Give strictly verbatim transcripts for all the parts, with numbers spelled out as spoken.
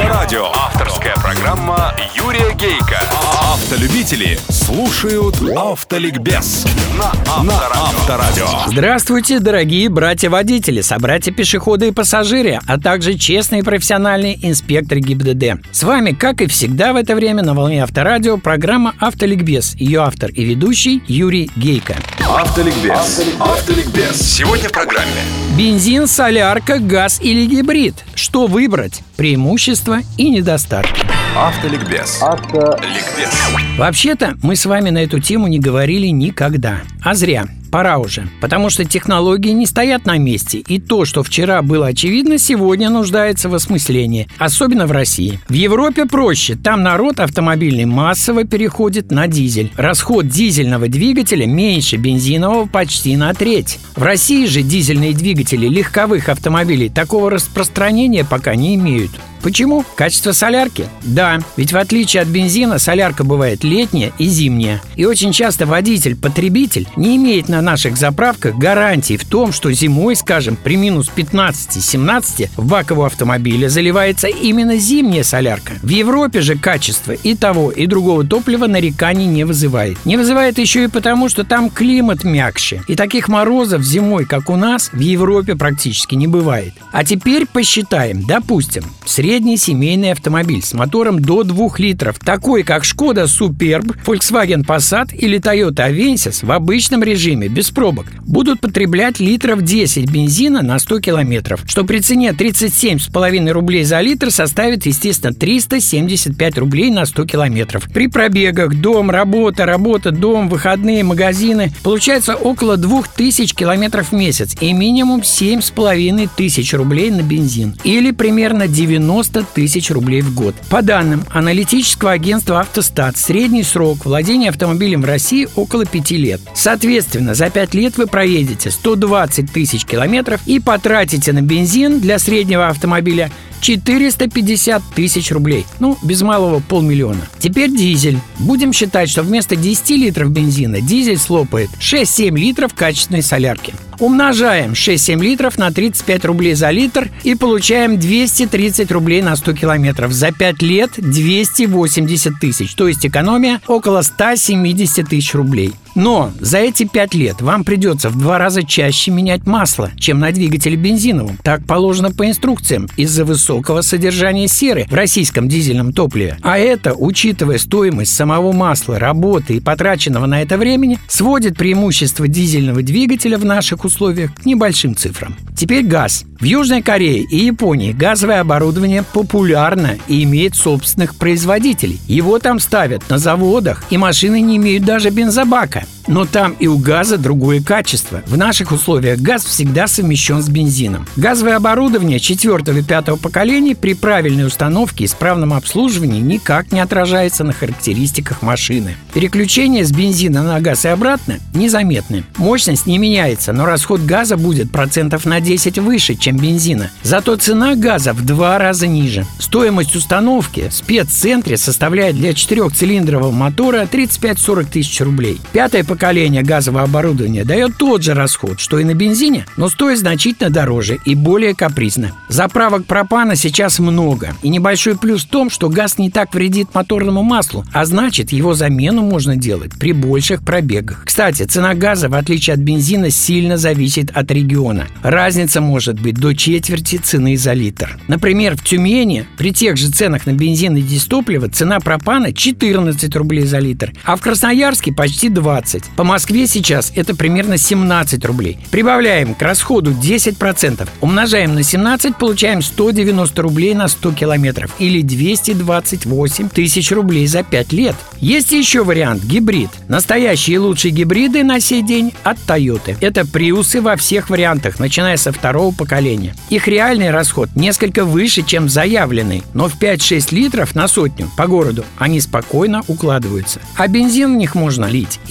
Авторадио. Авторская программа Юрия Гейка. Автолюбители слушают Автоликбез на Авторадио. Здравствуйте, дорогие братья-водители, собратья-пешеходы и пассажиры, а также честные профессиональные инспекторы ГИБДД. С вами, как и всегда в это время, на волне Авторадио программа Автоликбез. Ее автор и ведущий Юрий Гейка. Автоликбез. Автоликбез. Сегодня в программе. Бензин, солярка, газ или гибрид? Что выбрать? Преимущества и недостатки. Автоликбез. Автоликбез. Вообще-то мы с вами на эту тему не говорили никогда. А зря. Пора уже. Потому что технологии не стоят на месте. И то, что вчера было очевидно, сегодня нуждается в осмыслении. Особенно в России. В Европе проще. Там народ автомобильный массово переходит на дизель. Расход дизельного двигателя меньше бензинового почти на треть. В России же дизельные двигатели легковых автомобилей такого распространения пока не имеют. Почему? Качество солярки? Да, ведь в отличие от бензина, солярка бывает летняя и зимняя. И очень часто водитель-потребитель не имеет на наших заправках гарантии в том, что зимой, скажем, при минус пятнадцати-семнадцати в бак его автомобиля заливается именно зимняя солярка. В Европе же качество и того, и другого топлива нареканий не вызывает. Не вызывает еще и потому, что там климат мягче. И таких морозов зимой, как у нас, в Европе практически не бывает. А теперь посчитаем, допустим, средний Средний семейный автомобиль с мотором до двух литров, такой как Шкода Суперб, Volkswagen Passat или Toyota Avensis в обычном режиме, без пробок, будут потреблять литров десять бензина на сто километров, что при цене тридцать семь с половиной рублей за литр составит, естественно, триста семьдесят пять рублей на сто километров. При пробегах дом, работа, работа, дом, выходные, магазины получается около двух тысяч километров в месяц и минимум семь с половиной тысяч рублей на бензин, или примерно девяносто тысяч рублей в год. По данным аналитического агентства «Автостат», средний срок владения автомобилем в России около пяти лет. Соответственно, за пять лет вы проедете сто двадцать тысяч километров и потратите на бензин для среднего автомобиля четыреста пятьдесят тысяч рублей. Ну, без малого полмиллиона. Теперь дизель. Будем считать, что вместо десяти литров бензина дизель слопает шесть-семь литров качественной солярки. Умножаем шесть-семь литров на тридцать пять рублей за литр и получаем двести тридцать рублей на сто километров. За пять лет двести восемьдесят тысяч, то есть экономия около ста семидесяти тысяч рублей. Но за эти пять лет вам придется в два раза чаще менять масло, чем на двигателе бензиновом. Так положено по инструкциям из-за высокого содержания серы в российском дизельном топливе. А это, учитывая стоимость самого масла, работы и потраченного на это времени, сводит преимущество дизельного двигателя в наших условиях к небольшим цифрам. Теперь газ. В Южной Корее и Японии газовое оборудование популярно и имеет собственных производителей. Его там ставят на заводах, и машины не имеют даже бензобака. Но там и у газа другое качество. В наших условиях газ всегда совмещен с бензином. Газовое оборудование четвертого и пятого поколений при правильной установке и исправном обслуживании никак не отражается на характеристиках машины. Переключение с бензина на газ и обратно незаметны. Мощность не меняется, но расход газа будет процентов на десять выше, чем бензина. Зато цена газа в два раза ниже. Стоимость установки в спеццентре составляет для четырехцилиндрового мотора тридцать пять-сорок тысяч рублей. Пятое поколение газового оборудования дает тот же расход, что и на бензине, но стоит значительно дороже и более капризно. Заправок пропана сейчас много, и небольшой плюс в том, что газ не так вредит моторному маслу, а значит, его замену можно делать при больших пробегах. Кстати, цена газа, в отличие от бензина, сильно зависит от региона. Разница может быть до четверти цены за литр. Например, в Тюмени при тех же ценах на бензин и дизтопливо цена пропана четырнадцать рублей за литр, а в Красноярске почти двадцать. По Москве сейчас это примерно семнадцать рублей. Прибавляем к расходу десять процентов. Умножаем на семнадцать, получаем сто девяносто рублей на сто километров или двести двадцать восемь тысяч рублей за пять лет. Есть еще вариант – гибрид. Настоящие лучшие гибриды на сей день от Toyota. Это приусы во всех вариантах, начиная со второго поколения. Их реальный расход несколько выше, чем заявленный, но в пять-шесть литров на сотню по городу они спокойно укладываются. А бензин в них можно лить и девяносто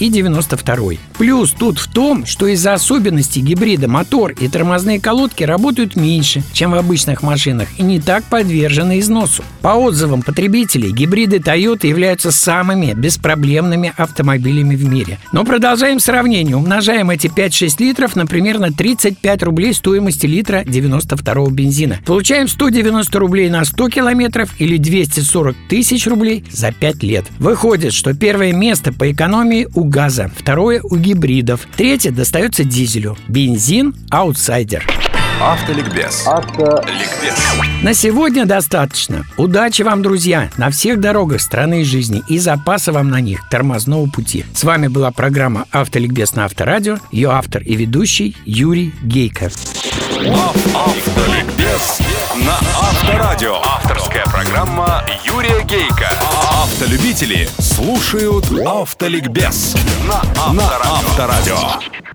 девяносто второй. Плюс тут в том, что из-за особенностей гибрида мотор и тормозные колодки работают меньше, чем в обычных машинах, и не так подвержены износу. По отзывам потребителей, гибриды Toyota являются самыми беспроблемными автомобилями в мире. Но продолжаем сравнение. Умножаем эти пять-шесть литров на примерно тридцать пять рублей стоимости литра девяносто второго бензина. Получаем сто девяносто рублей на сто километров или двести сорок тысяч рублей за пять лет. Выходит, что первое место по экономии у газа, второе у гибридов, третье достается дизелю. Бензин – аутсайдер. Автоликбез. Автоликбез. На сегодня достаточно. Удачи вам, друзья, на всех дорогах страны и жизни и запаса вам на них тормозного пути. С вами была программа «Автоликбез» на Авторадио. Ее автор и ведущий Юрий Гейко. Автоликбез на Авторадио. Авторская программа Юрия Гейко. Автолюбители слушают Автоликбез на Авторадио.